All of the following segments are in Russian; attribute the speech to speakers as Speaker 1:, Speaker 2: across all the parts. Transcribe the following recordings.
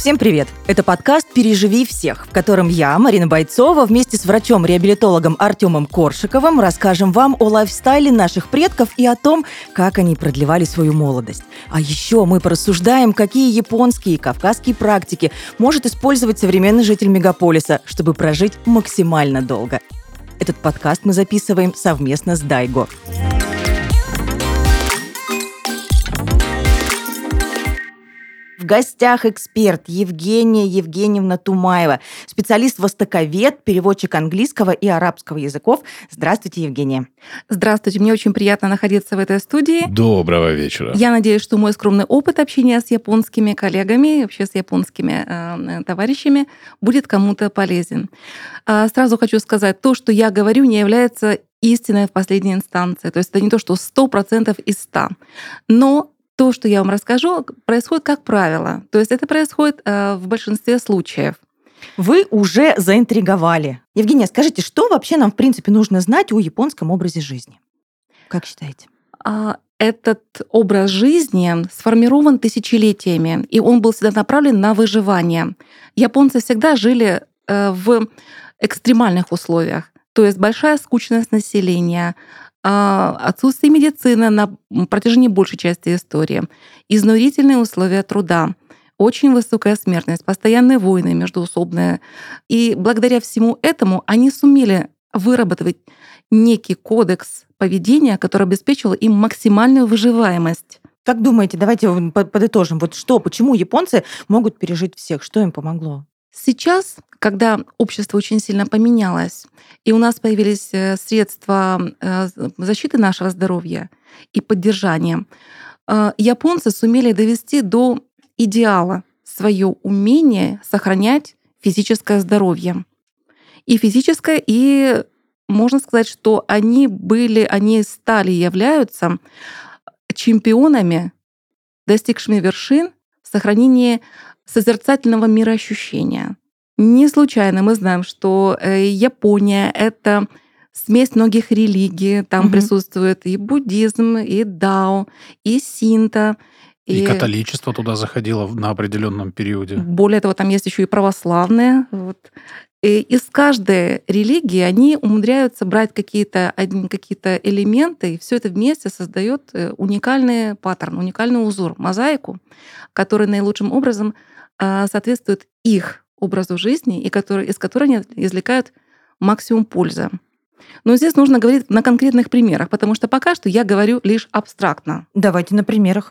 Speaker 1: Всем привет! Это подкаст «Переживи всех», в котором я, Марина Бойцова, вместе с врачом-реабилитологом Артемом Коршиковым расскажем вам о лайфстайле наших предков и о том, как они продлевали свою молодость. А еще мы порассуждаем, какие японские и кавказские практики может использовать современный житель мегаполиса, чтобы прожить максимально долго. Этот подкаст мы записываем совместно с Дайго. В гостях эксперт Евгения Евгеньевна Тумаева, специалист-востоковед, переводчик английского и арабского языков. Здравствуйте, Евгения.
Speaker 2: Здравствуйте, мне очень приятно находиться в этой студии.
Speaker 3: Доброго вечера.
Speaker 2: Я надеюсь, что мой скромный опыт общения с японскими коллегами, вообще с японскими товарищами будет кому-то полезен. Сразу хочу сказать, то, что я говорю, не является истиной в последней инстанции. То есть это не то, что 100% из 100. Но то, что я вам расскажу, происходит как правило. То есть это происходит в большинстве случаев.
Speaker 1: Вы уже заинтриговали. Евгения, скажите, что вообще нам, в принципе, нужно знать о японском образе жизни? Как считаете?
Speaker 2: Этот образ жизни сформирован тысячелетиями, и он был всегда направлен на выживание. Японцы всегда жили в экстремальных условиях. То есть большая скучность населения, отсутствие медицины на протяжении большей части истории, изнурительные условия труда, очень высокая смертность, постоянные войны междоусобные. И благодаря всему этому они сумели выработать некий кодекс поведения, который обеспечивал им максимальную выживаемость.
Speaker 1: Как думаете, давайте подытожим. Почему японцы могут пережить всех? Что им помогло?
Speaker 2: Сейчас, когда общество очень сильно поменялось, и у нас появились средства защиты нашего здоровья и поддержания, японцы сумели довести до идеала свое умение сохранять физическое здоровье. И физическое, и можно сказать, что они являются чемпионами, достигшими вершин в сохранении созерцательного мироощущения. Не случайно мы знаем, что Япония — это смесь многих религий. Там присутствует и буддизм, и дао, и синто.
Speaker 3: И католичество туда заходило на определенном периоде.
Speaker 2: Более того, там есть еще и православные. Вот. И из каждой религии они умудряются брать какие-то элементы, и все это вместе создает уникальный паттерн, уникальный узор, мозаику, который наилучшим образом соответствует их образу жизни, и из которой они извлекают максимум пользы. Но здесь нужно говорить на конкретных примерах, потому что пока что я говорю лишь абстрактно.
Speaker 1: Давайте на примерах.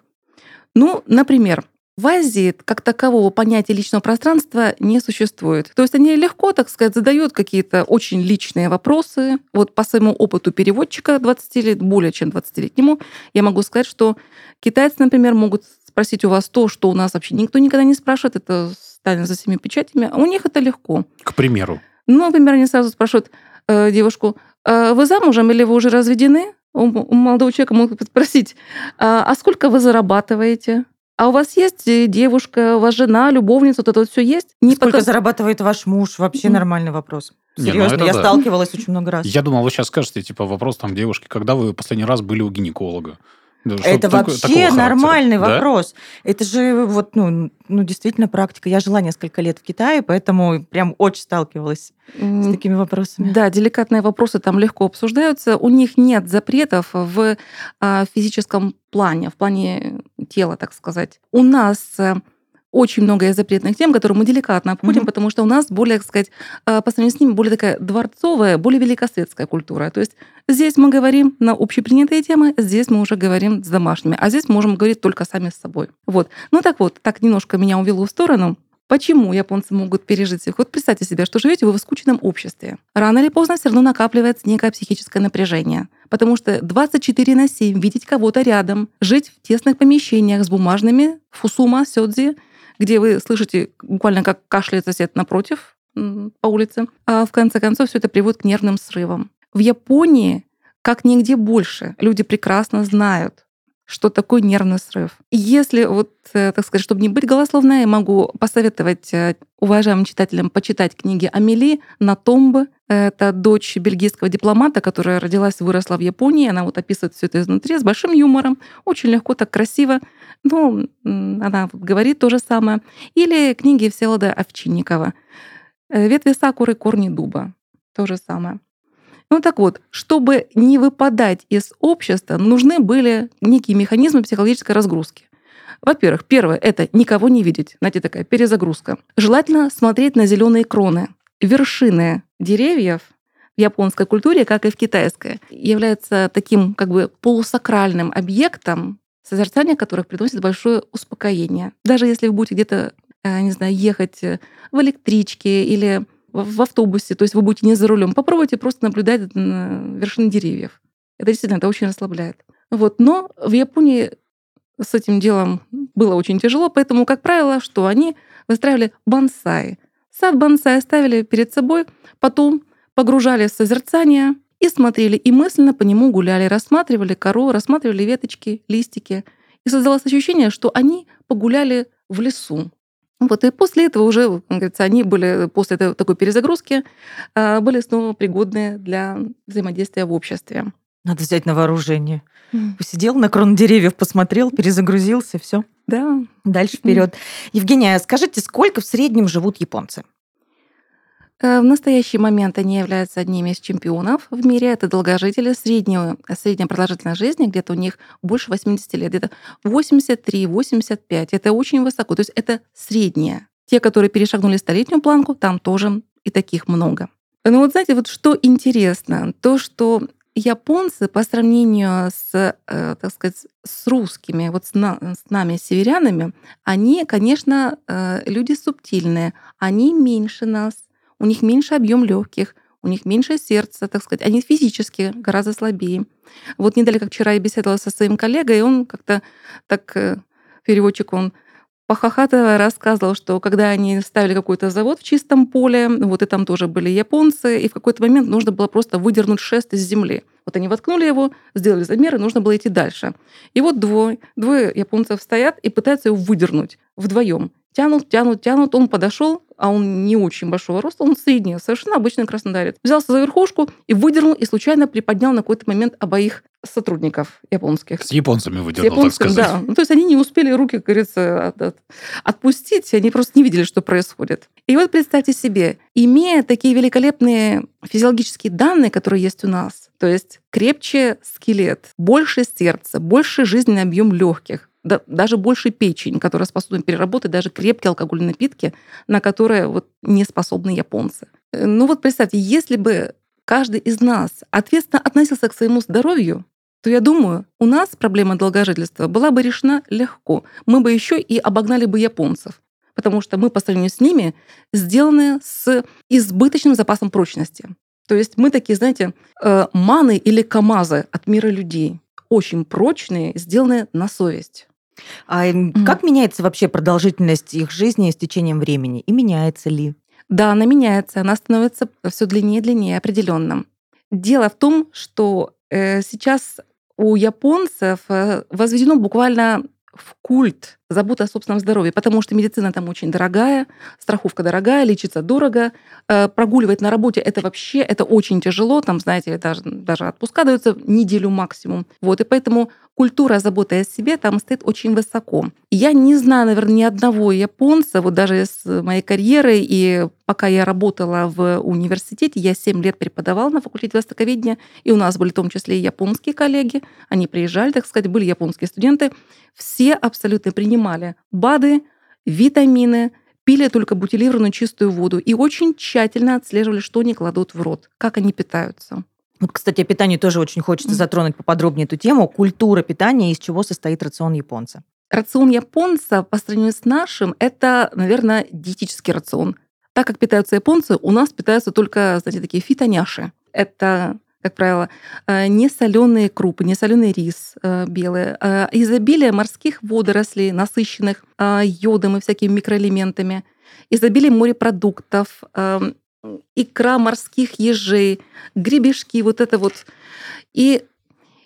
Speaker 2: Например, в Азии как такового понятия личного пространства не существует. То есть они легко, так сказать, задают какие-то очень личные вопросы. Вот по своему опыту переводчика 20 лет, более чем 20-летнему, я могу сказать, что китайцы, например, могут спросить у вас то, что у нас вообще никто никогда не спрашивает, это тайна за 7 печатями, а у них это легко.
Speaker 3: К примеру?
Speaker 2: Например, они сразу спрашивают девушку: вы замужем или вы уже разведены? У молодого человека могут спросить: а сколько вы зарабатываете? А у вас есть девушка, у вас жена, любовница, вот это вот все есть?
Speaker 1: Сколько зарабатывает ваш муж? Вообще нормальный вопрос. Серьезно, я сталкивалась очень много раз.
Speaker 3: Я думал, вы сейчас скажете, вопрос девушки, когда вы последний раз были у гинеколога?
Speaker 1: Это вообще нормальный вопрос. Это же действительно практика. Я жила несколько лет в Китае, поэтому прям очень сталкивалась с такими вопросами.
Speaker 2: Да, деликатные вопросы там легко обсуждаются. У них нет запретов в физическом плане, в плане тела, так сказать. У нас очень много запретных тем, которые мы деликатно обходим, потому что у нас более, так сказать, по сравнению с ними, более такая дворцовая, более великосветская культура. То есть здесь мы говорим на общепринятые темы, здесь мы уже говорим с домашними, а здесь мы можем говорить только сами с собой. Так немножко меня увело в сторону. Почему японцы могут пережить всех? Вот представьте себе, что живете вы в скучном обществе. Рано или поздно все равно накапливается некое психическое напряжение. Потому что 24/7 видеть кого-то рядом, жить в тесных помещениях с бумажными фусума, сёдзи, где вы слышите буквально, как кашляет сосед напротив по улице. А в конце концов все это приводит к нервным срывам. В Японии, как нигде больше, люди прекрасно знают, что такое нервный срыв. И если, так сказать, чтобы не быть голословной, я могу посоветовать уважаемым читателям почитать книги Амели Натомбы. Это дочь бельгийского дипломата, которая родилась и выросла в Японии. Она описывает все это изнутри с большим юмором, очень легко, так красиво. Но она говорит то же самое. Или книги Всеволода Овчинникова «Ветви сакуры, корни дуба». То же самое. Ну так вот, чтобы не выпадать из общества, нужны были некие механизмы психологической разгрузки. Во-первых, первое — это никого не видеть. Знаете, такая перезагрузка. Желательно смотреть на зеленые кроны. Вершины деревьев в японской культуре, как и в китайской, являются таким как бы полусакральным объектом, созерцание которых приносит большое успокоение. Даже если вы будете где-то, не знаю, ехать в электричке или в автобусе, то есть вы будете не за рулем, попробуйте просто наблюдать вершины деревьев. Это действительно, это очень расслабляет. Но в Японии с этим делом было очень тяжело, поэтому, как правило, что они выстраивали бонсай. Сад бонсай ставили перед собой, потом погружали в созерцание и смотрели, и мысленно по нему гуляли, рассматривали кору, рассматривали веточки, листики. И создалось ощущение, что они погуляли в лесу. И после этого уже, как говорится, они были после такой перезагрузки были снова пригодны для взаимодействия в обществе.
Speaker 1: Надо взять на вооружение. Посидел на крону деревьев, посмотрел, перезагрузился, все.
Speaker 2: Да.
Speaker 1: Дальше вперед. Евгения, скажите, сколько в среднем живут японцы?
Speaker 2: В настоящий момент они являются одними из чемпионов в мире. Это долгожители. Средняя продолжительность жизни где-то у них больше 80 лет. Где-то 83-85. Это очень высоко. То есть это среднее. Те, которые перешагнули столетнюю планку, там тоже и таких много. Но знаете, что интересно, то, что японцы по сравнению с, так сказать, с русскими, с нами, северянами, они, конечно, люди субтильные. Они меньше нас. У них меньше объем легких, у них меньше сердца, так сказать. Они физически гораздо слабее. Не далее, как вчера я беседовала со своим коллегой, и он как-то так, переводчик, он похохатывая рассказывал, что когда они ставили какой-то завод в чистом поле, и там тоже были японцы, и в какой-то момент нужно было просто выдернуть шест из земли. Они воткнули его, сделали замер, и нужно было идти дальше. И двое японцев стоят и пытаются его выдернуть вдвоем. Тянут. Он подошел, а он не очень большого роста, он средний, совершенно обычный краснодарец. Взялся за верхушку и выдернул, и случайно приподнял на какой-то момент обоих сотрудников японских.
Speaker 3: С японцами выдернул, так сказать.
Speaker 2: Да. То есть они не успели руки, как говорится, отпустить, они просто не видели, что происходит. И представьте себе, имея такие великолепные физиологические данные, которые есть у нас, то есть крепче скелет, больше сердца, больше жизненный объем легких, даже больше печень, которая способна переработать даже крепкие алкогольные напитки, на которые не способны японцы. Представьте, если бы каждый из нас ответственно относился к своему здоровью, то, я думаю, у нас проблема долгожительства была бы решена легко. Мы бы еще и обогнали бы японцев, потому что мы по сравнению с ними сделаны с избыточным запасом прочности. То есть мы такие, знаете, маны или камазы от мира людей. Очень прочные, сделанные на совесть.
Speaker 1: А как меняется вообще продолжительность их жизни с течением времени? И меняется ли?
Speaker 2: Да, она меняется, она становится все длиннее и длиннее, определенно. Дело в том, что сейчас у японцев возведено буквально в культ заботы о собственном здоровье, потому что медицина там очень дорогая, страховка дорогая, лечиться дорого, прогуливать на работе это очень тяжело, там, знаете, даже отпуска даются неделю максимум. И поэтому культура заботы о себе там стоит очень высоко. Я не знаю, наверное, ни одного японца, даже из моей карьеры, и пока я работала в университете, я 7 лет преподавала на факультете востоковедения, и у нас были в том числе и японские коллеги, они приезжали, так сказать, были японские студенты, все абсолютно принимали БАДы, витамины, пили только бутилированную чистую воду и очень тщательно отслеживали, что они кладут в рот, как они питаются.
Speaker 1: Кстати, о питании тоже очень хочется затронуть поподробнее эту тему. Культура питания, из чего состоит рацион японца? Рацион
Speaker 2: японца по сравнению с нашим – это, наверное, диетический рацион. Так как питаются японцы, у нас питаются только, знаете, такие фитоняши. Это, как правило, несоленые крупы, несоленый рис белый, изобилие морских водорослей, насыщенных йодом и всякими микроэлементами, изобилие морепродуктов, икра морских ежей, гребешки, И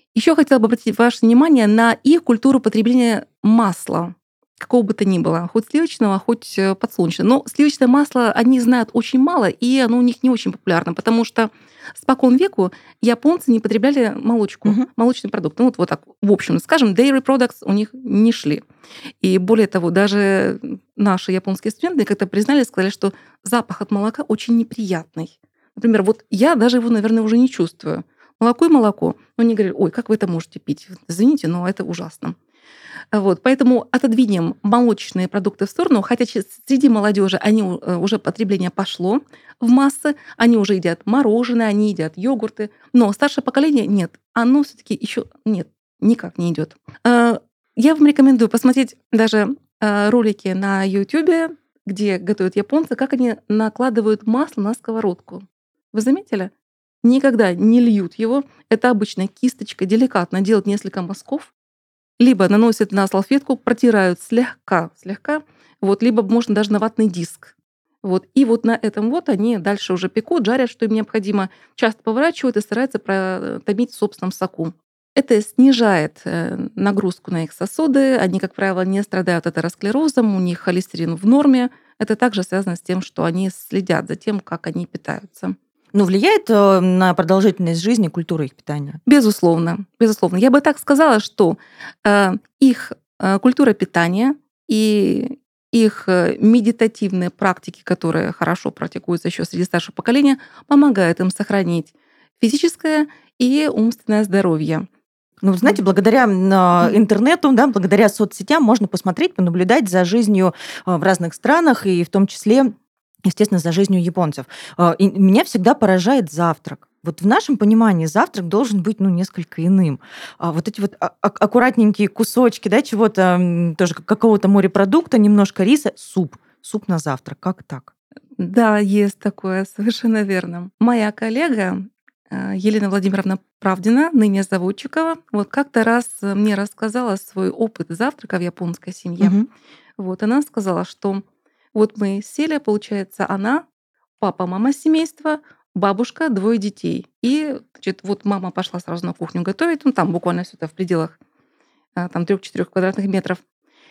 Speaker 2: Еще хотела бы обратить ваше внимание на их культуру потребления масла, какого бы то ни было, хоть сливочного, хоть подсолнечного. Но сливочное масло они знают очень мало, и оно у них не очень популярно, потому что спокон веку японцы не потребляли молочку, молочные продукты. Ну, вот так, в общем, скажем, dairy products у них не шли. И более того, даже наши японские студенты как-то признали, сказали, что запах от молока очень неприятный. Например, вот я даже его, наверное, уже не чувствую. Молоко и молоко. Но они говорят, ой, как вы это можете пить? Извините, но это ужасно. Вот, поэтому отодвинем молочные продукты в сторону, хотя среди молодежи они уже потребление пошло в массы, они уже едят мороженое, они едят йогурты, но старшее поколение нет, оно все-таки еще нет, никак не идет. Я вам рекомендую посмотреть даже ролики на YouTube, где готовят японцы, как они накладывают масло на сковородку. Вы заметили? Никогда не льют его. Это обычно кисточкой деликатно делают несколько мазков, либо наносят на салфетку, протирают слегка, вот, либо можно даже на ватный диск. Вот. И вот на этом вот они дальше уже пекут, жарят, что им необходимо, часто поворачивают и стараются протомить в собственном соку. Это снижает нагрузку на их сосуды, они, как правило, не страдают атеросклерозом, у них холестерин в норме. Это также связано с тем, что они следят за тем, как они питаются.
Speaker 1: Ну, влияет на продолжительность жизни культура их питания?
Speaker 2: Безусловно, безусловно. Я бы так сказала, что их культура питания и их медитативные практики, которые хорошо практикуются еще среди старшего поколения, помогают им сохранить физическое и умственное здоровье.
Speaker 1: Ну, знаете, благодаря интернету, да, благодаря соцсетям можно посмотреть, понаблюдать за жизнью в разных странах, и в том числе, естественно, за жизнью японцев. И меня всегда поражает завтрак. Вот в нашем понимании завтрак должен быть, несколько иным. Вот эти вот аккуратненькие кусочки, да, чего-то, тоже какого-то морепродукта, немножко риса, суп на завтрак. Как так?
Speaker 2: Да, есть такое, совершенно верно. Моя коллега Елена Владимировна Правдина, ныне Заводчикова, вот как-то раз мне рассказала свой опыт завтрака в японской семье. Вот она сказала, что вот мы сели, получается, она, папа, мама семейства, бабушка, 2 детей. И, значит, вот мама пошла сразу на кухню готовить, там буквально все это в пределах 3-4 квадратных метров.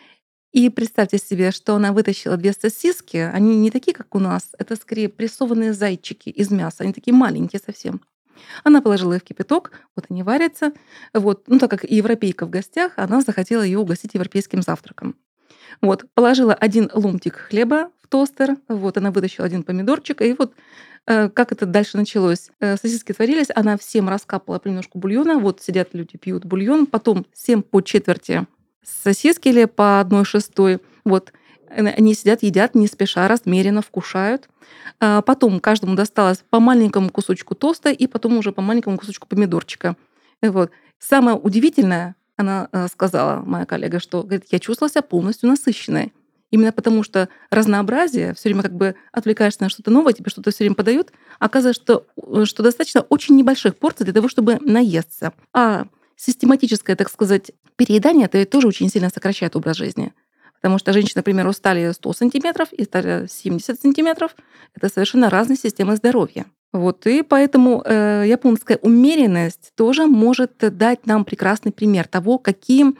Speaker 2: И представьте себе, что она вытащила 2 сосиски, они не такие, как у нас, это скорее прессованные зайчики из мяса, они такие маленькие совсем. Она положила их в кипяток, вот они варятся. Вот. Так как европейка в гостях, она захотела ее угостить европейским завтраком. Вот. Положила 1 ломтик хлеба в тостер, вот она вытащила 1 помидорчик, и вот как это дальше началось. Сосиски творились, она всем раскапала понемножку бульона, вот сидят люди, пьют бульон, потом всем по четверти сосиски или по 1/6, вот. Они сидят, едят не спеша, размеренно, вкушают. Потом каждому досталось по маленькому кусочку тоста и потом уже по маленькому кусочку помидорчика. Вот. Самое удивительное, она сказала, моя коллега, что говорит, я чувствовала себя полностью насыщенной. Именно потому что разнообразие, все время как бы отвлекаешься на что-то новое, тебе что-то все время подают, оказывается, что достаточно очень небольших порций для того, чтобы наесться. А систематическое, так сказать, переедание, это тоже очень сильно сокращает образ жизни. Потому что женщины, например, устали 100 сантиметров и стали 70 сантиметров. Это совершенно разные системы здоровья. Вот. И поэтому японская умеренность тоже может дать нам прекрасный пример того, каким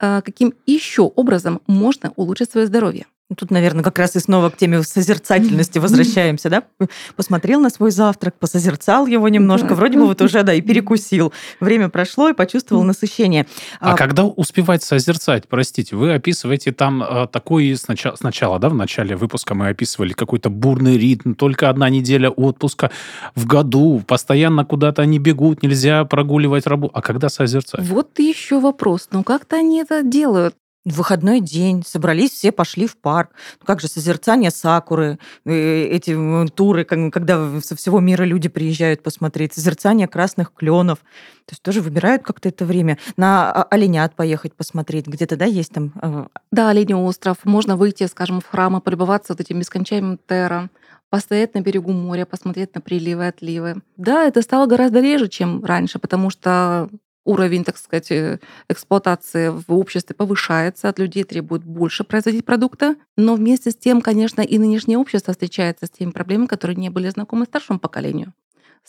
Speaker 2: еще образом можно улучшить свое здоровье.
Speaker 1: Тут, наверное, как раз и снова к теме созерцательности возвращаемся, да? Посмотрел на свой завтрак, посозерцал его немножко, вроде бы вот уже, да, и перекусил. Время прошло, и почувствовал насыщение.
Speaker 3: А когда успевать созерцать, простите, вы описываете там такой сначала, да, в начале выпуска мы описывали какой-то бурный ритм, только 1 неделя отпуска в году, постоянно куда-то они бегут, нельзя прогуливать работу. А когда созерцать?
Speaker 2: Вот еще вопрос. Как-то они это делают?
Speaker 1: В выходной день собрались все, пошли в парк. Как же созерцание сакуры, эти туры, когда со всего мира люди приезжают посмотреть, созерцание красных кленов. То есть тоже выбирают как-то это время. На оленят поехать посмотреть. Где-то, да, есть там...
Speaker 2: Да, Оленей остров. Можно выйти, скажем, в храм и полюбоваться вот этим бесконечным терра, постоять на берегу моря, посмотреть на приливы и отливы. Да, это стало гораздо реже, чем раньше, потому что уровень, так сказать, эксплуатации в обществе повышается, от людей требуют больше производить продукта, но вместе с тем, конечно, и нынешнее общество встречается с теми проблемами, которые не были знакомы старшему поколению.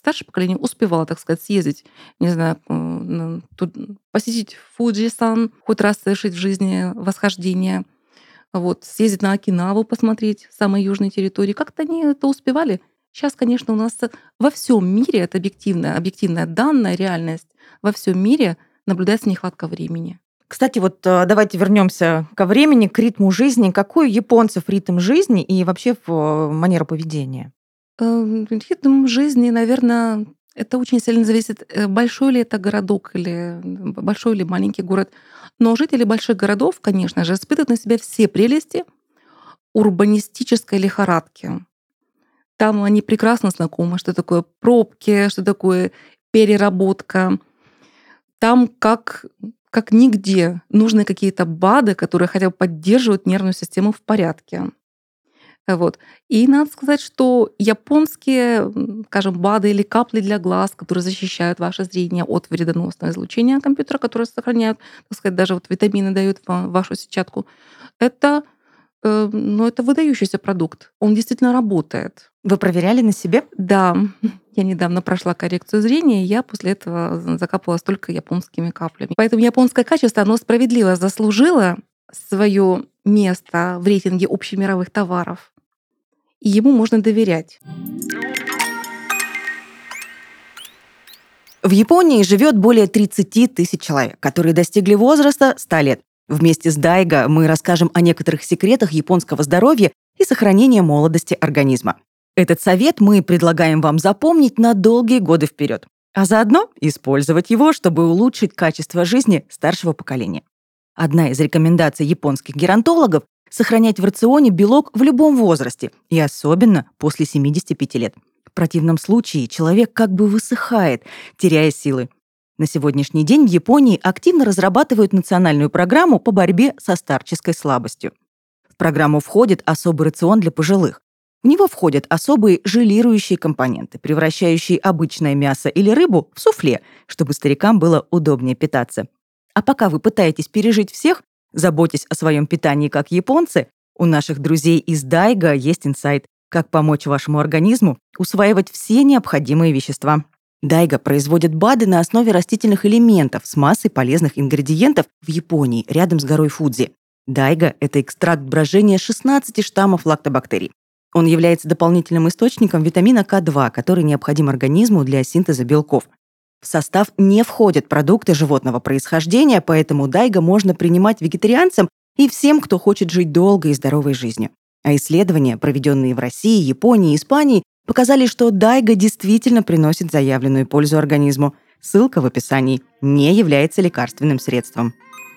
Speaker 2: старшее поколение успевало, так сказать, съездить, не знаю, посетить Фуджи-сан, хоть раз совершить в жизни восхождение, вот, съездить на Окинаву, посмотреть самые южные территории. Как-то они это успевали. Сейчас, конечно, у нас во всем мире, это объективная данная реальность, во всем мире наблюдается нехватка времени.
Speaker 1: Кстати, вот давайте вернемся ко времени, к ритму жизни. Какой у японцев ритм жизни и вообще манера поведения?
Speaker 2: Ритм жизни, наверное, это очень сильно зависит, большой ли это городок или большой или маленький город. Но жители больших городов, конечно же, испытывают на себя все прелести урбанистической лихорадки. Там они прекрасно знакомы, что такое пробки, что такое переработка. Там как нигде нужны какие-то БАДы, которые хотя бы поддерживают нервную систему в порядке. Вот. И надо сказать, что японские, скажем, БАДы или капли для глаз, которые защищают ваше зрение от вредоносного излучения компьютера, которые сохраняют, так сказать, даже вот витамины дают в вашу сетчатку, это это выдающийся продукт. Он действительно работает.
Speaker 1: Вы проверяли на себе?
Speaker 2: Да, я недавно прошла коррекцию зрения, и я после этого закапывалась только японскими каплями. Поэтому японское качество, оно справедливо заслужило свое место в рейтинге общемировых товаров. И ему можно доверять.
Speaker 1: В Японии живет более 30 тысяч человек, которые достигли возраста 100 лет. Вместе с Дайго мы расскажем о некоторых секретах японского здоровья и сохранения молодости организма. Этот совет мы предлагаем вам запомнить на долгие годы вперед, а заодно использовать его, чтобы улучшить качество жизни старшего поколения. Одна из рекомендаций японских геронтологов – сохранять в рационе белок в любом возрасте, и особенно после 75 лет. В противном случае человек как бы высыхает, теряя силы. На сегодняшний день в Японии активно разрабатывают национальную программу по борьбе со старческой слабостью. В программу входит особый рацион для пожилых. В него входят особые желирующие компоненты, превращающие обычное мясо или рыбу в суфле, чтобы старикам было удобнее питаться. А пока вы пытаетесь пережить всех, заботясь о своем питании как японцы, у наших друзей из Дайго есть инсайт, как помочь вашему организму усваивать все необходимые вещества. Дайго производит БАДы на основе растительных элементов с массой полезных ингредиентов в Японии, рядом с горой Фудзи. Дайго – это экстракт брожения 16 штаммов лактобактерий. Он является дополнительным источником витамина К2, который необходим организму для синтеза белков. В состав не входят продукты животного происхождения, поэтому Дайго можно принимать вегетарианцам и всем, кто хочет жить долгой и здоровой жизнью. А исследования, проведенные в России, Японии и Испании, показали, что Дайго действительно приносит заявленную пользу организму. Ссылка в описании. Не является лекарственным средством.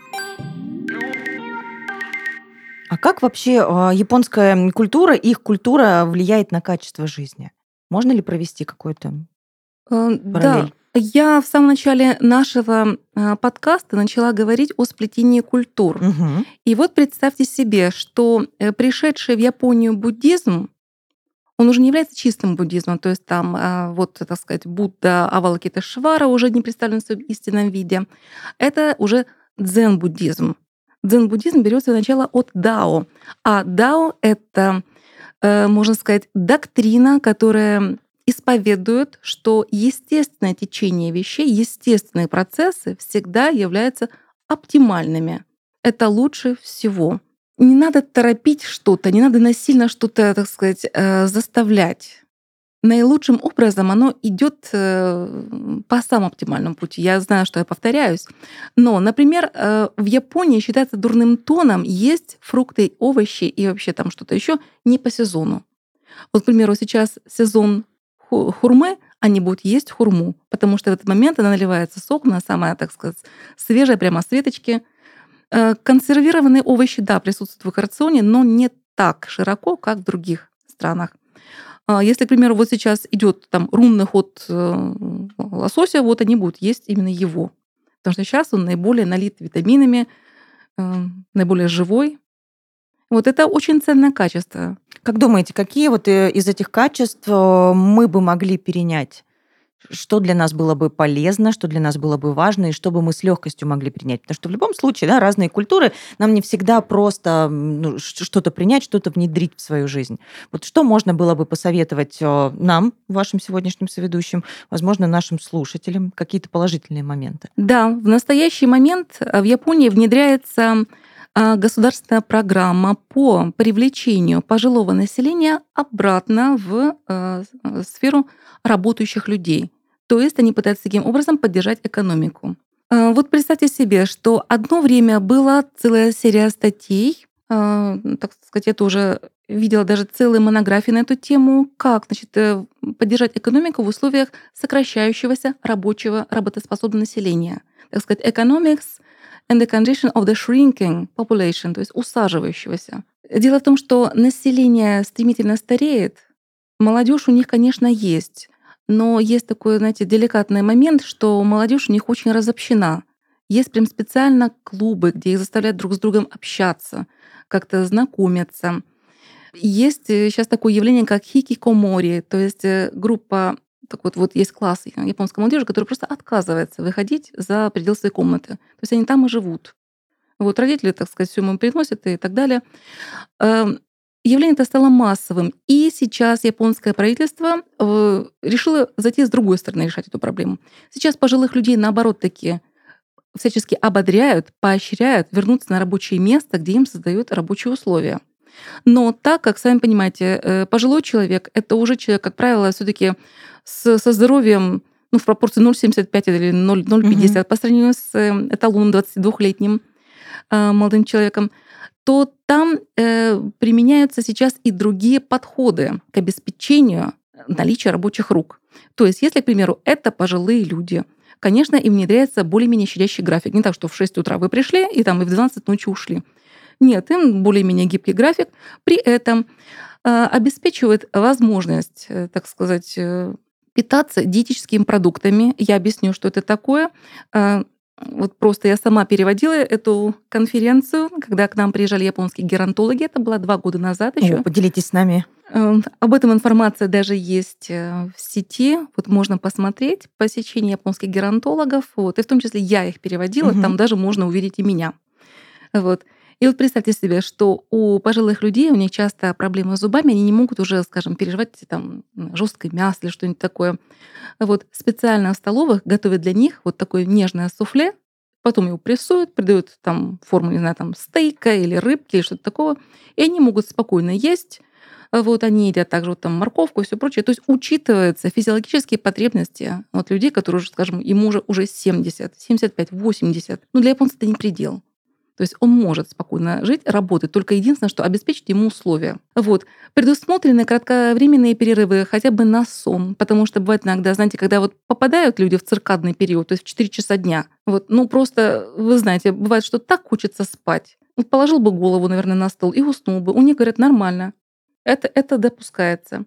Speaker 1: А как вообще японская культура, их культура влияет на качество жизни? Можно ли провести какой-то
Speaker 2: Да,
Speaker 1: параллель?
Speaker 2: я в самом начале нашего подкаста начала говорить о сплетении культур.
Speaker 1: Мгм.
Speaker 2: И вот представьте себе, что пришедший в Японию буддизм, он уже не является чистым буддизмом, то есть там, вот, так сказать, Будда Авалокитешвара уже не представлен в своем истинном виде. Это уже дзен-буддизм. Дзен-буддизм берет свое начало от дао. А дао — это, можно сказать, доктрина, которая исповедует, что естественное течение вещей, естественные процессы всегда являются оптимальными. Это лучше всего. Не надо торопить что-то, не надо насильно что-то, так сказать, заставлять. Наилучшим образом оно идет по самому оптимальному пути. Я знаю, что я повторяюсь. Но, например, в Японии считается дурным тоном есть фрукты, овощи и вообще там что-то еще не по сезону. Вот, к примеру, сейчас сезон хурмы, они будут есть хурму, потому что в этот момент она наливается сок, она самая, так сказать, свежая, прямо с веточки. Консервированные овощи, да, присутствуют в их рационе, но не так широко, как в других странах. Если, к примеру, вот сейчас идет там рунный ход лосося, вот они будут есть именно его. Потому что сейчас он наиболее налит витаминами, наиболее живой. Вот это очень ценное качество.
Speaker 1: Как думаете, какие вот из этих качеств мы бы могли перенять, что для нас было бы полезно, что для нас было бы важно, и что бы мы с легкостью могли принять. Потому что в любом случае, да, разные культуры, нам не всегда просто что-то принять, что-то внедрить в свою жизнь. Вот что можно было бы посоветовать нам, вашим сегодняшним соведущим, возможно, нашим слушателям, какие-то положительные моменты?
Speaker 2: Да, в настоящий момент в Японии внедряется государственная программа по привлечению пожилого населения обратно в сферу работающих людей. То есть они пытаются таким образом поддержать экономику. Вот представьте себе, что одно время была целая серия статей, так сказать, я тоже видела даже целые монографии на эту тему, как, значит, поддержать экономику в условиях сокращающегося рабочего работоспособного населения. Так сказать, economics and the condition of the shrinking population, то есть усаживающегося. Дело в том, что население стремительно стареет, молодежь у них, конечно, есть, но есть такой, знаете, деликатный момент, что молодежь у них очень разобщена. Есть прям специально клубы, где их заставляют друг с другом общаться, как-то знакомиться. Есть сейчас такое явление, как хикикомори, то есть группа, так вот есть класс японской молодежи, который просто отказывается выходить за пределы своей комнаты. То есть они там и живут. Вот родители, так сказать, всё им приносят и так далее. Явление это стало массовым. И сейчас японское правительство решило зайти с другой стороны решать эту проблему. Сейчас пожилых людей, наоборот, таки всячески ободряют, поощряют вернуться на рабочее место, где им создают рабочие условия. Но так как, сами понимаете, пожилой человек — это уже человек, как правило, все таки со здоровьем в пропорции 0,75 или 0,50 по сравнению с эталоном 22-летним молодым человеком, то там применяются сейчас и другие подходы к обеспечению наличия рабочих рук. То есть если, к примеру, это пожилые люди, конечно, им внедряется более-менее щадящий график. Не так, что в 6 утра вы пришли и в 12 ночи ушли. Нет, им более-менее гибкий график. При этом обеспечивает возможность, так сказать, питаться диетическими продуктами. Я объясню, что это такое. Вот просто я сама переводила эту конференцию, когда к нам приезжали японские геронтологи. Это было 2 года назад еще.
Speaker 1: Поделитесь с нами.
Speaker 2: Об этом информация даже есть в сети. Вот можно посмотреть посещение японских геронтологов. Вот. И в том числе я их переводила. Там даже можно увидеть и меня. Вот. И вот представьте себе, что у пожилых людей, у них часто проблемы с зубами, они не могут уже, скажем, переживать жесткое мясо или что-нибудь такое. Вот специально в столовых готовят для них вот такое нежное суфле, потом его прессуют, придают форму, не знаю, стейка или рыбки или что-то такого, и они могут спокойно есть. Вот они едят также морковку и все прочее. То есть учитываются физиологические потребности людей, которые уже, скажем, ему уже 70, 75, 80. Для японца это не предел. То есть он может спокойно жить, работать, только единственное, что обеспечить ему условия. Вот. Предусмотрены кратковременные перерывы хотя бы на сон, потому что бывает иногда, знаете, когда попадают люди в циркадный период, то есть в 4 часа дня, просто, вы знаете, бывает, что так хочется спать. Положил бы голову, наверное, на стол и уснул бы. У них, говорят, нормально. Это допускается.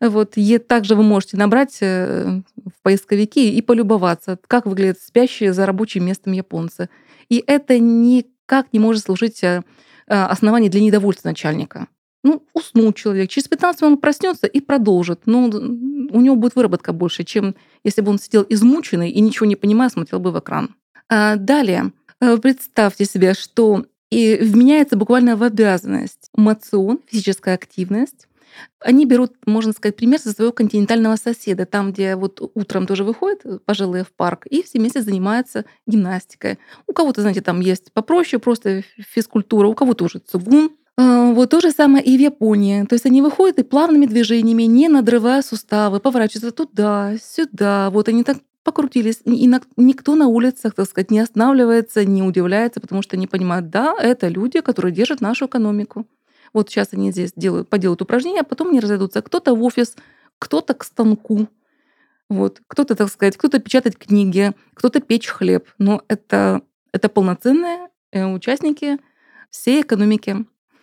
Speaker 2: И также вы можете набрать в поисковики и полюбоваться, как выглядят спящие за рабочим местом японцы. И это никак не может служить основанием для недовольства начальника. Уснул человек, через 15 минут он проснется и продолжит. У него будет выработка больше, чем если бы он сидел измученный и ничего не понимая, смотрел бы в экран. Далее, представьте себе, что и вменяется буквально в обязанность мацион, физическая активность. Они берут, можно сказать, пример со своего континентального соседа, там, где утром тоже выходят пожилые в парк и все вместе занимаются гимнастикой. У кого-то, знаете, там есть попроще, просто физкультура, у кого-то уже цигун. То же самое и в Японии. То есть они выходят и плавными движениями, не надрывая суставы, поворачиваются туда-сюда. Они так покрутились. И никто на улицах, так сказать, не останавливается, не удивляется, потому что они понимают, да, это люди, которые держат нашу экономику. Сейчас они здесь поделают упражнения, а потом они разойдутся. Кто-то в офис, кто-то к станку. Кто-то, так сказать, кто-то печатать книги, кто-то печь хлеб. Но это полноценные участники всей экономики.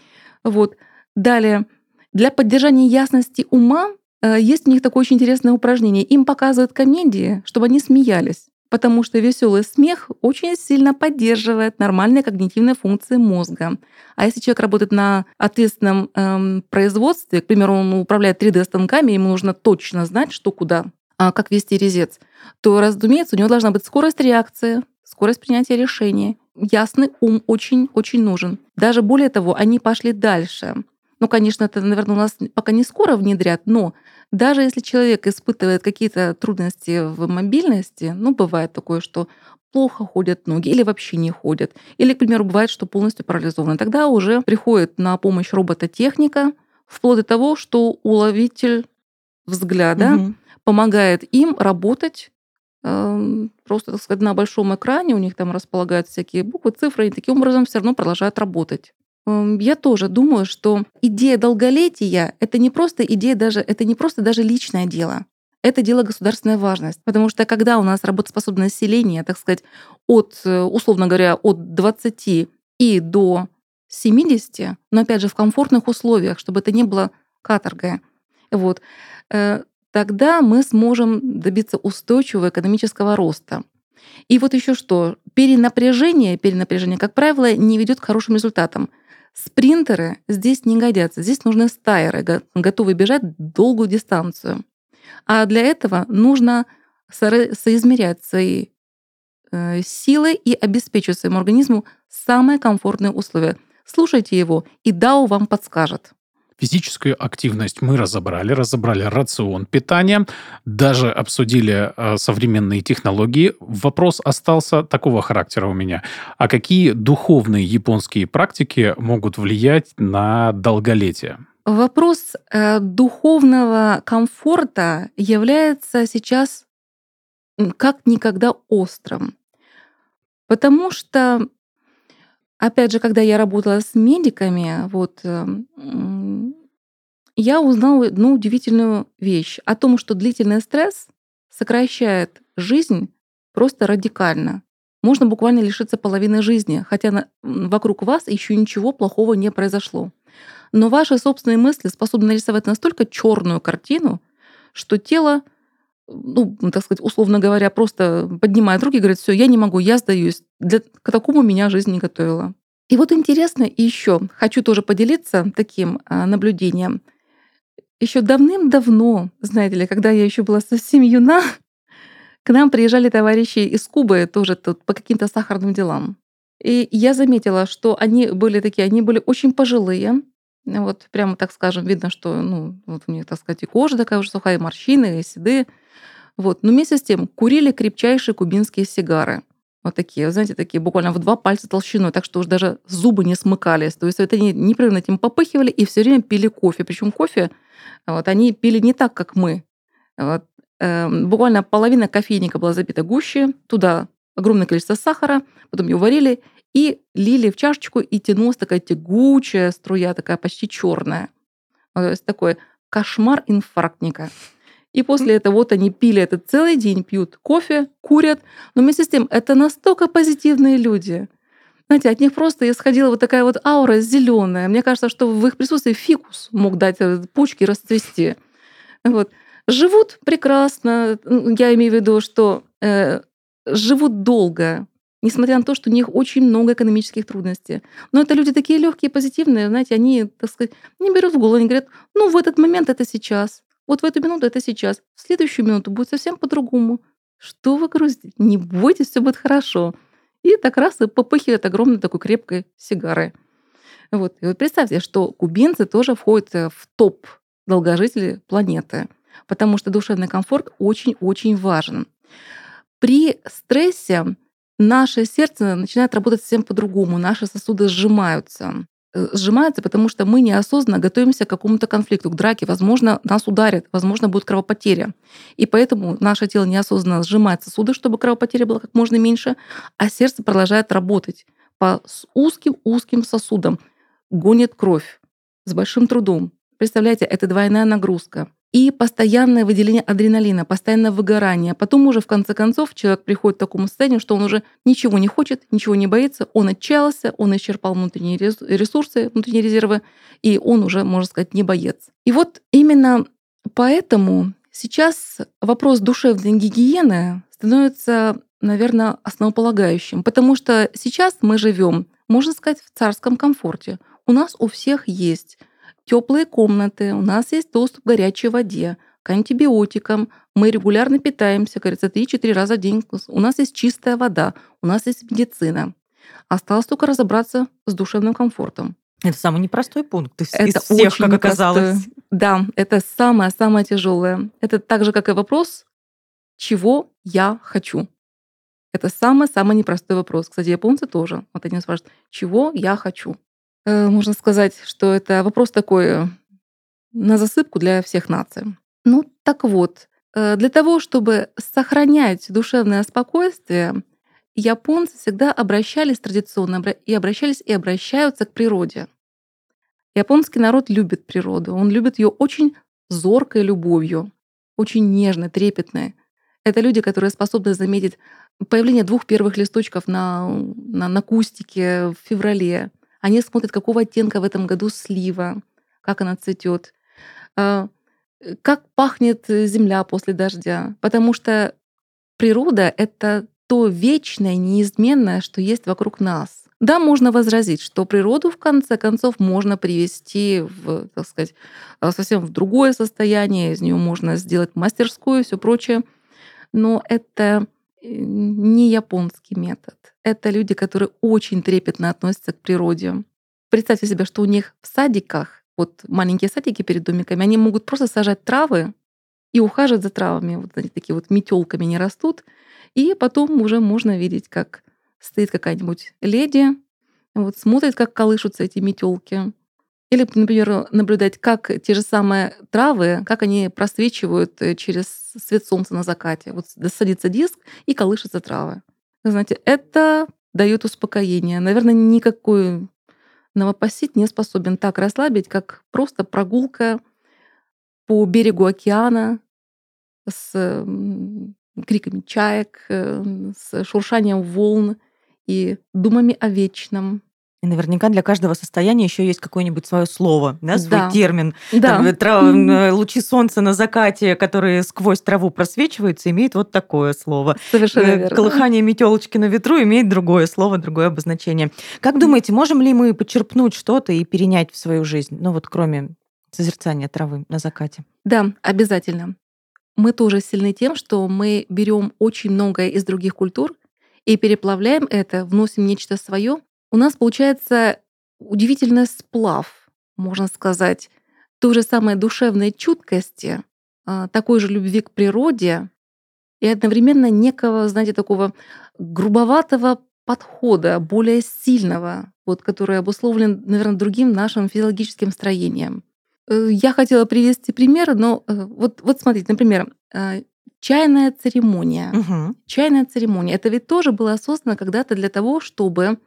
Speaker 2: Далее. Для поддержания ясности ума есть у них такое очень интересное упражнение. Им показывают комедии, чтобы они смеялись. Потому что веселый смех очень сильно поддерживает нормальные когнитивные функции мозга. А если человек работает на ответственном производстве, к примеру, он управляет 3D-станками, ему нужно точно знать, что куда как вести резец, то, разумеется, у него должна быть скорость реакции, скорость принятия решений. Ясный ум очень-очень нужен. Даже более того, они пошли дальше. Ну, конечно, это, наверное, у нас пока не скоро внедрят, но даже если человек испытывает какие-то трудности в мобильности, ну, бывает такое, что плохо ходят ноги или вообще не ходят, или, к примеру, бывает, что полностью парализованы, тогда уже приходит на помощь робототехника, вплоть до того, что уловитель взгляда
Speaker 1: Мгм.
Speaker 2: помогает им работать просто, так сказать, на большом экране, у них там располагаются всякие буквы, цифры, и таким образом все равно продолжают работать. Я тоже думаю, что идея долголетия — это не просто идея даже, это не просто даже личное дело. Это дело государственной важности. Потому что когда у нас работоспособное население, так сказать, условно говоря, от 20 и до 70, но опять же в комфортных условиях, чтобы это не было каторгой, вот, э, тогда мы сможем добиться устойчивого экономического роста. И вот еще что, перенапряжение, как правило, не ведет к хорошим результатам. Спринтеры здесь не годятся. Здесь нужны стайеры, готовые бежать долгую дистанцию. А для этого нужно соизмерять свои силы и обеспечивать своему организму самые комфортные условия. Слушайте его, и Дао вам подскажет.
Speaker 3: Физическую активность мы разобрали рацион питания, даже обсудили современные технологии. Вопрос остался такого характера у меня. А какие духовные японские практики могут влиять на долголетие?
Speaker 2: Вопрос духовного комфорта является сейчас как никогда острым. Потому что, опять же, когда я работала с медиками, я узнала одну удивительную вещь о том, что длительный стресс сокращает жизнь просто радикально. Можно буквально лишиться половины жизни, хотя вокруг вас еще ничего плохого не произошло. Но ваши собственные мысли способны нарисовать настолько черную картину, что тело, ну, так сказать, условно говоря, просто поднимает руки и говорит: все, я не могу, я сдаюсь. К такому меня жизнь не готовила. И вот интересно еще, хочу тоже поделиться таким наблюдением. Еще давным-давно, знаете ли, когда я еще была совсем юна, к нам приезжали товарищи из Кубы тоже тут по каким-то сахарным делам. И я заметила, что они были очень пожилые. Вот прямо, так скажем, видно, что, ну, вот у них, так сказать, и кожа такая уже сухая, и морщины, и седые. Вот. Но вместе с тем курили крепчайшие кубинские сигары. Вот такие, знаете, такие буквально в 2 пальца толщиной, так что уж даже зубы не смыкались. То есть вот они непрерывно этим попыхивали и все время пили кофе. Причем кофе вот, они пили не так, как мы. Вот. Буквально половина кофейника была забита гуще, туда огромное количество сахара, потом ее варили и лили в чашечку, и тянулась такая тягучая струя, такая почти черная. То есть такой кошмар инфарктника. И после этого вот они пили это целый день, пьют кофе, курят. Но вместе с тем это настолько позитивные люди. Знаете, от них просто исходила вот такая вот аура зеленая. Мне кажется, что в их присутствии фикус мог дать почки расцвести. Вот. Живут прекрасно. Я имею в виду, что живут долго, несмотря на то, что у них очень много экономических трудностей. Но это люди такие легкие, позитивные, знаете, они, так сказать, не берут в голову, они говорят: ну, в этот момент это сейчас, вот в эту минуту это сейчас, в следующую минуту будет совсем по-другому. Что вы грустите? Не бойтесь, все будет хорошо. И так раз и попыхивает огромной такой крепкой сигарой. Вот. И вот представьте, что кубинцы тоже входят в топ долгожителей планеты, потому что душевный комфорт очень-очень важен. При стрессе наше сердце начинает работать совсем по-другому, наши сосуды сжимаются. Сжимаются, потому что мы неосознанно готовимся к какому-то конфликту, к драке. Возможно, нас ударят, возможно, будет кровопотеря. И поэтому наше тело неосознанно сжимает сосуды, чтобы кровопотеря была как можно меньше, а сердце продолжает работать по узким сосудам, гонит кровь с большим трудом. Представляете, это двойная нагрузка. И постоянное выделение адреналина, постоянное выгорание. Потом уже в конце концов человек приходит к такому состоянию, что он уже ничего не хочет, ничего не боится, он отчаялся, он исчерпал внутренние ресурсы, внутренние резервы, и он уже, можно сказать, не боец. И вот именно поэтому сейчас вопрос душевной гигиены становится, наверное, основополагающим, потому что сейчас мы живем, можно сказать, в царском комфорте. У нас у всех есть теплые комнаты, у нас есть доступ к горячей воде, к антибиотикам, Мы регулярно питаемся, говорится, 3-4 раза в день. У нас есть чистая вода, у нас есть медицина. Осталось только разобраться с душевным комфортом.
Speaker 1: Это самый непростой пункт из
Speaker 2: Это
Speaker 1: всех,
Speaker 2: очень
Speaker 1: как
Speaker 2: непростое.
Speaker 1: оказалось.
Speaker 2: Да, это самое-самое тяжелое. Это так же, как и вопрос, чего я хочу. Это самый-самый непростой вопрос. Кстати, японцы тоже. Вот они спрашивают, чего я хочу. Можно сказать, что это вопрос такой на засыпку для всех наций. Ну, так вот, для того, чтобы сохранять душевное спокойствие, японцы всегда обращались традиционно и обращаются к природе. Японский народ любит природу, он любит ее очень зоркой любовью, очень нежной, трепетной. Это люди, которые способны заметить появление 2 первых листочков на кустике в феврале. Они смотрят, какого оттенка в этом году слива, как она цветет, как пахнет земля после дождя. Потому что природа — это то вечное, неизменное, что есть вокруг нас. Да, можно возразить, что природу в конце концов можно привести в, так сказать, совсем в другое состояние, из нее можно сделать мастерскую и все прочее. Но это не японский метод. Это люди, которые очень трепетно относятся к природе. Представьте себе, что у них в садиках, вот маленькие садики перед домиками, они могут просто сажать травы и ухаживать за травами. Вот они такие вот метелками не растут. И потом уже можно видеть, как стоит какая-нибудь леди, вот смотрит, как колышутся эти метелки. Или, например, наблюдать, как те же самые травы, как они просвечивают через свет солнца на закате. Вот садится диск и колышутся травы. Вы знаете, это дает успокоение. Наверное, никакой новопосит не способен так расслабить, как просто прогулка по берегу океана с криками чаек, с шуршанием волн и думами о вечном.
Speaker 1: И наверняка для каждого состояния еще есть какое-нибудь свое слово, да, свой
Speaker 2: Да.
Speaker 1: термин.
Speaker 2: Да.
Speaker 1: Там, лучи солнца на закате, которые сквозь траву просвечиваются, имеют вот такое слово.
Speaker 2: Совершенно верно.
Speaker 1: Колыхание метелочки на ветру имеет другое слово, другое обозначение. Как думаете, можем ли мы почерпнуть что-то и перенять в свою жизнь? Ну вот кроме созерцания травы на закате.
Speaker 2: Да, обязательно. Мы тоже сильны тем, что мы берем очень многое из других культур и переплавляем это, вносим нечто свое. У нас получается удивительный сплав, можно сказать, той же самой душевной чуткости, такой же любви к природе и одновременно некого, знаете, такого грубоватого подхода, более сильного, вот, который обусловлен, наверное, другим нашим физиологическим строением. Я хотела привести пример, но вот смотрите, например, чайная церемония.
Speaker 1: Угу.
Speaker 2: Чайная церемония. Это ведь тоже было создано когда-то для того, чтобы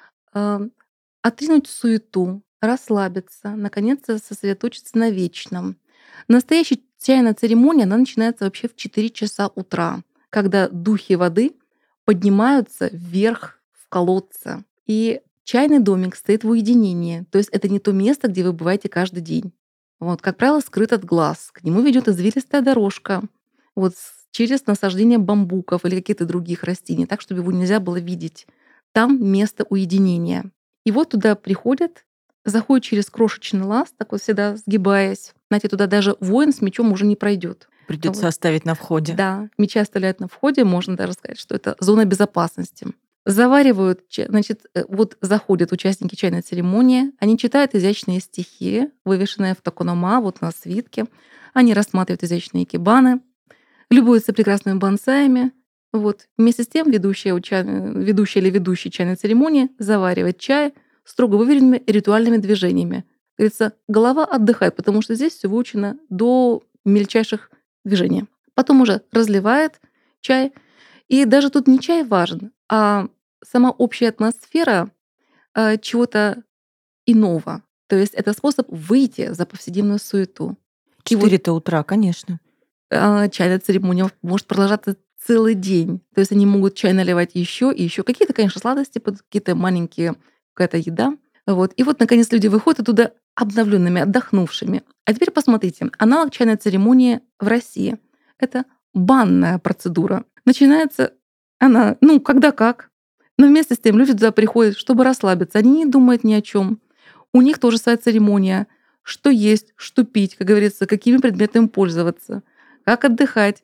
Speaker 2: отринуть суету, расслабиться, наконец-то сосредоточиться на вечном. Настоящая чайная церемония, она начинается вообще в 4 часа утра, когда духи воды поднимаются вверх в колодце. И чайный домик стоит в уединении, то есть это не то место, где вы бываете каждый день. Вот, как правило, скрыт от глаз. К нему ведет извилистая дорожка вот, через насаждение бамбуков или каких-то других растений, так, чтобы его нельзя было видеть. Там место уединения. И вот туда приходят, заходят через крошечный лаз, так вот всегда сгибаясь. Знаете, туда даже воин с мечом уже не пройдет.
Speaker 1: Придется
Speaker 2: Вот.
Speaker 1: оставить на входе.
Speaker 2: Да, мечи оставляют на входе, можно даже сказать, что это зона безопасности. Заваривают, значит, вот заходят участники чайной церемонии, они читают изящные стихи, вывешенные в токонома, вот на свитке. Они рассматривают изящные икебаны, любуются прекрасными бонсаями. Вот. Вместе с тем ведущая или ведущий чайной церемонии заваривает чай строго выверенными ритуальными движениями. Говорится, голова отдыхает, потому что здесь все выучено до мельчайших движений. Потом уже разливает чай. И даже тут не чай важен, а сама общая атмосфера чего-то иного. То есть это способ выйти за повседневную суету.
Speaker 1: 4 утра, конечно.
Speaker 2: Чайная церемония может продолжаться целый день. То есть они могут чай наливать еще и еще. Какие-то, конечно, сладости, какие-то маленькие, какая-то еда. Вот. И вот, наконец, люди выходят оттуда обновленными, отдохнувшими. А теперь посмотрите. Аналог чайной церемонии в России — это банная процедура. Начинается она, когда как. Но вместе с тем люди туда приходят, чтобы расслабиться. Они не думают ни о чем. У них тоже своя церемония. Что есть, что пить, как говорится, какими предметами пользоваться, как отдыхать.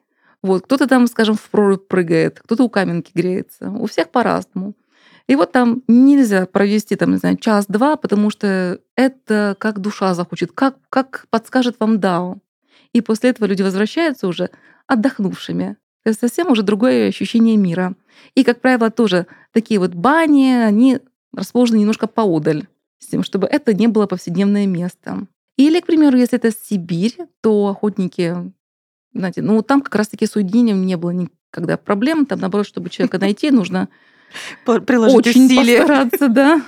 Speaker 2: Вот, кто-то там, скажем, в прорубь прыгает, кто-то у каменки греется. У всех по-разному. И вот там нельзя провести, там, не знаю, час-два, потому что это как душа захочет, как подскажет вам Дао. И после этого люди возвращаются уже отдохнувшими. То есть совсем уже другое ощущение мира. И, как правило, тоже такие вот бани, они расположены немножко поодаль, с тем, чтобы это не было повседневное место. Или, к примеру, если это Сибирь, то охотники, знаете, ну там как раз-таки с уединением не было никогда проблем. Там, наоборот, чтобы человека найти, нужно
Speaker 1: Приложить
Speaker 2: очень
Speaker 1: усилия.
Speaker 2: постараться, да.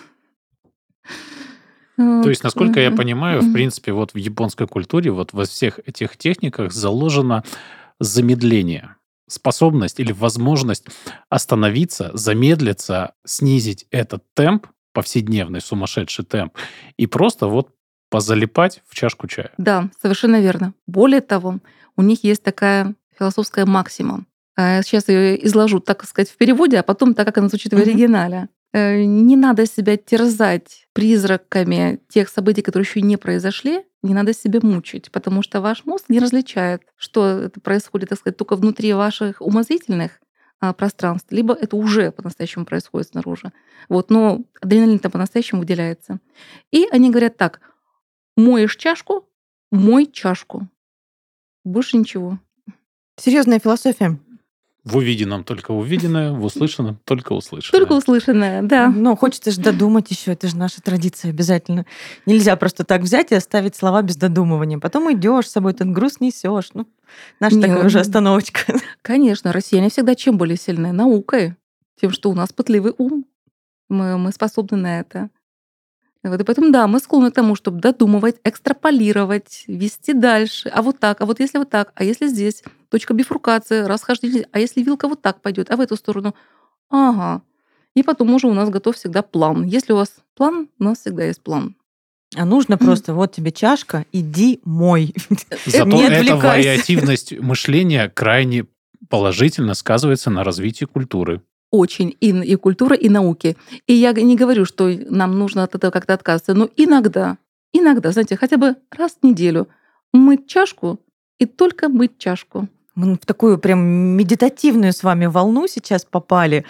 Speaker 3: То есть, насколько я понимаю, в
Speaker 2: Мгм.
Speaker 3: принципе, вот в японской культуре, вот во всех этих техниках заложено замедление, способность или возможность остановиться, замедлиться, снизить этот темп, повседневный сумасшедший темп, и просто вот позалипать в чашку чая.
Speaker 2: Да, совершенно верно. Более того, у них есть такая философская максима. Сейчас я ее изложу, так сказать, в переводе, а потом так, как она звучит в
Speaker 1: Мгм.
Speaker 2: оригинале. Не надо себя терзать призраками тех событий, которые еще не произошли. Не надо себя мучить, потому что ваш мозг не различает, что это происходит, так сказать, только внутри ваших умозрительных пространств, либо это уже по-настоящему происходит снаружи. Вот, но адреналин-то по-настоящему выделяется. И они говорят так: моешь чашку, мой чашку. Больше ничего.
Speaker 1: Серьезная философия.
Speaker 3: В увиденном только увиденное, в услышанном только
Speaker 2: Только
Speaker 3: услышанное.
Speaker 2: услышанное, да.
Speaker 1: Но хочется же додумать еще, это же наша традиция обязательно. Нельзя просто так взять и оставить слова без додумывания. Потом идешь с собой этот груз несешь. Ну, наша
Speaker 2: Не,
Speaker 1: такая уже остановочка.
Speaker 2: Конечно, россияне всегда чем более сильны? Наукой. Тем, что у нас пытливый ум. Мы способны на это. Вот, и поэтому, да, мы склонны к тому, чтобы додумывать, экстраполировать, вести дальше. А вот так, а вот если вот так, а если здесь точка бифуркации, расхождение, а если вилка вот так пойдет, а в эту сторону? Ага. И потом уже у нас готов всегда план. Если у вас план, у нас всегда есть план.
Speaker 1: А нужно просто, вот тебе чашка, иди мой.
Speaker 3: Зато
Speaker 1: Не
Speaker 3: эта
Speaker 1: отвлекайся.
Speaker 3: вариативность мышления крайне положительно сказывается на развитии культуры.
Speaker 2: Очень и культура, и науки. И я не говорю, что нам нужно от этого как-то отказываться, но иногда, знаете, хотя бы раз в неделю мыть чашку и только мыть чашку.
Speaker 1: Мы в такую прям медитативную с вами волну сейчас попали,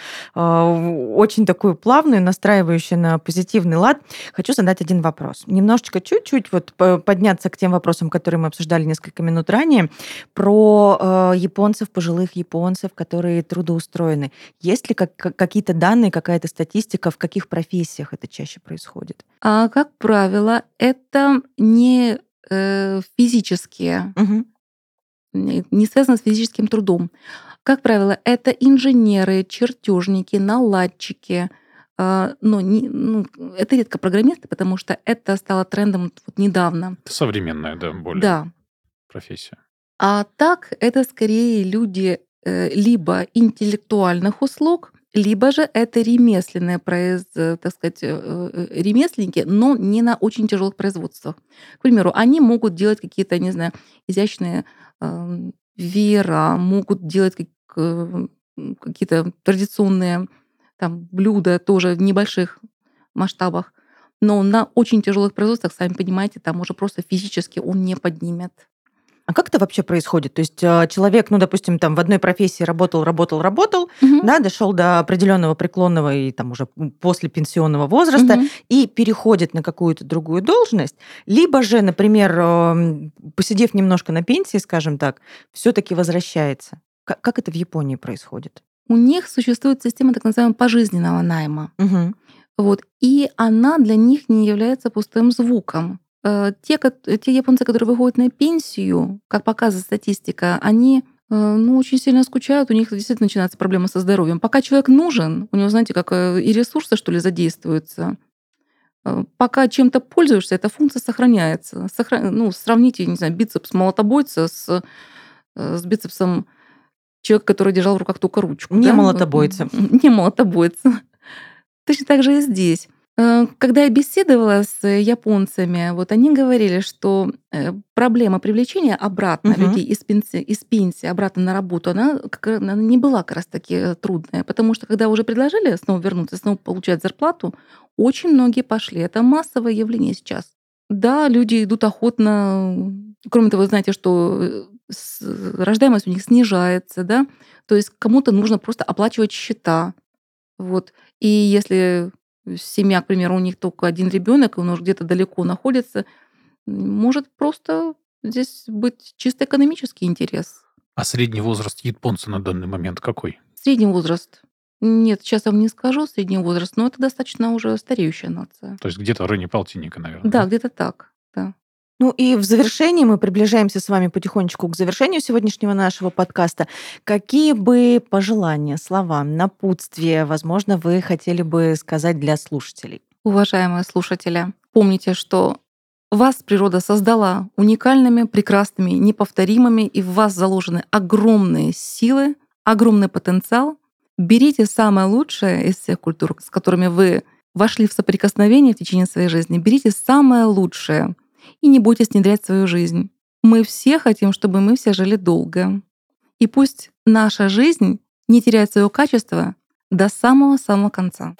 Speaker 1: очень такую плавную, настраивающую на позитивный лад. Хочу задать один вопрос. Немножечко, чуть-чуть вот подняться к тем вопросам, которые мы обсуждали несколько минут ранее, про японцев, пожилых японцев, которые трудоустроены. Есть ли какие-то данные, какая-то статистика, в каких профессиях это чаще происходит?
Speaker 2: А, как правило, это не физические,
Speaker 1: Мгм.
Speaker 2: не связано с физическим трудом. Как правило, это инженеры, чертежники, наладчики. Это редко программисты, потому что это стало трендом вот недавно.
Speaker 3: Это современная, да, более
Speaker 2: Да.
Speaker 3: профессия.
Speaker 2: А так это скорее люди либо интеллектуальных услуг, либо же это ремесленные, так сказать, ремесленники, но не на очень тяжелых производствах. К примеру, они могут делать какие-то, не знаю, изящные веера, могут делать какие-то традиционные там блюда тоже в небольших масштабах. Но на очень тяжелых производствах, сами понимаете, там уже просто физически он не поднимет.
Speaker 1: А как это вообще происходит? То есть человек, ну, допустим, там в одной профессии работал,
Speaker 2: Мгм.
Speaker 1: да, дошел до определенного преклонного и там уже после пенсионного возраста
Speaker 2: Мгм.
Speaker 1: и переходит на какую-то другую должность, либо же, например, посидев немножко на пенсии, скажем так, все-таки возвращается. Как это в Японии происходит?
Speaker 2: У них существует система так называемого пожизненного найма.
Speaker 1: Мгм.
Speaker 2: Вот. И она для них не является пустым звуком. Те японцы, которые выходят на пенсию, как показывает статистика, они очень сильно скучают, у них действительно начинаются проблемы со здоровьем. Пока человек нужен, у него, знаете, как и ресурсы, что ли, задействуются. Пока чем-то пользуешься, эта функция сохраняется. Сравните, не знаю, бицепс молотобойца с бицепсом человека, который держал в руках только ручку.
Speaker 1: Не
Speaker 2: да?
Speaker 1: молотобойца.
Speaker 2: Не молотобойца. Точно так же и здесь. Когда я беседовала с японцами, вот они говорили, что проблема привлечения обратно
Speaker 1: Мгм.
Speaker 2: людей из пенсии обратно на работу, она не была как раз таки трудная, потому что когда уже предложили снова вернуться, снова получать зарплату, очень многие пошли. Это массовое явление сейчас. Да, люди идут охотно. Кроме того, знаете, что рождаемость у них снижается, да, то есть кому-то нужно просто оплачивать счета. Вот. И если семья, к примеру, у них только один ребенок, и он уже где-то далеко находится, может просто здесь быть чисто экономический интерес.
Speaker 3: А средний возраст японца на данный момент какой?
Speaker 2: Средний возраст. Нет, сейчас я вам не скажу средний возраст, но это достаточно уже стареющая нация.
Speaker 3: То есть где-то в районе полтинника, наверное.
Speaker 2: Да, где-то так. Да.
Speaker 1: Ну и в завершении мы приближаемся с вами потихонечку к завершению сегодняшнего нашего подкаста. Какие бы пожелания, слова, напутствия, возможно, вы хотели бы сказать для слушателей?
Speaker 2: Уважаемые слушатели, помните, что вас природа создала уникальными, прекрасными, неповторимыми, и в вас заложены огромные силы, огромный потенциал. Берите самое лучшее из всех культур, с которыми вы вошли в соприкосновение в течение своей жизни. Берите самое лучшее и не бойтесь внедрять в свою жизнь. Мы все хотим, чтобы мы все жили долго. И пусть наша жизнь не теряет своего качества до самого-самого конца.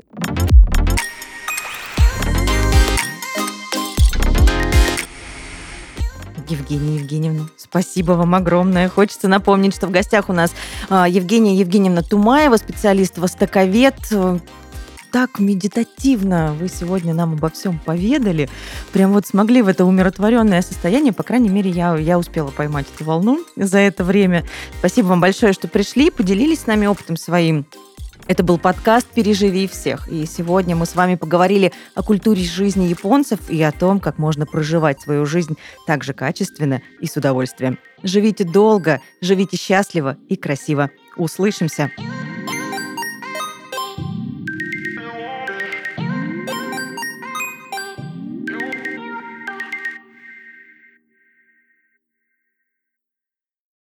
Speaker 1: Евгения Евгеньевна, спасибо вам огромное. Хочется напомнить, что в гостях у нас Евгения Евгеньевна Тумаева, специалист-востоковед. Так медитативно вы сегодня нам обо всем поведали. Прям вот смогли в это умиротворенное состояние. По крайней мере, я успела поймать эту волну за это время. Спасибо вам большое, что пришли, поделились с нами опытом своим. Это был подкаст «Переживи всех». И сегодня мы с вами поговорили о культуре жизни японцев и о том, как можно проживать свою жизнь так же качественно и с удовольствием. Живите долго, живите счастливо и красиво. Услышимся!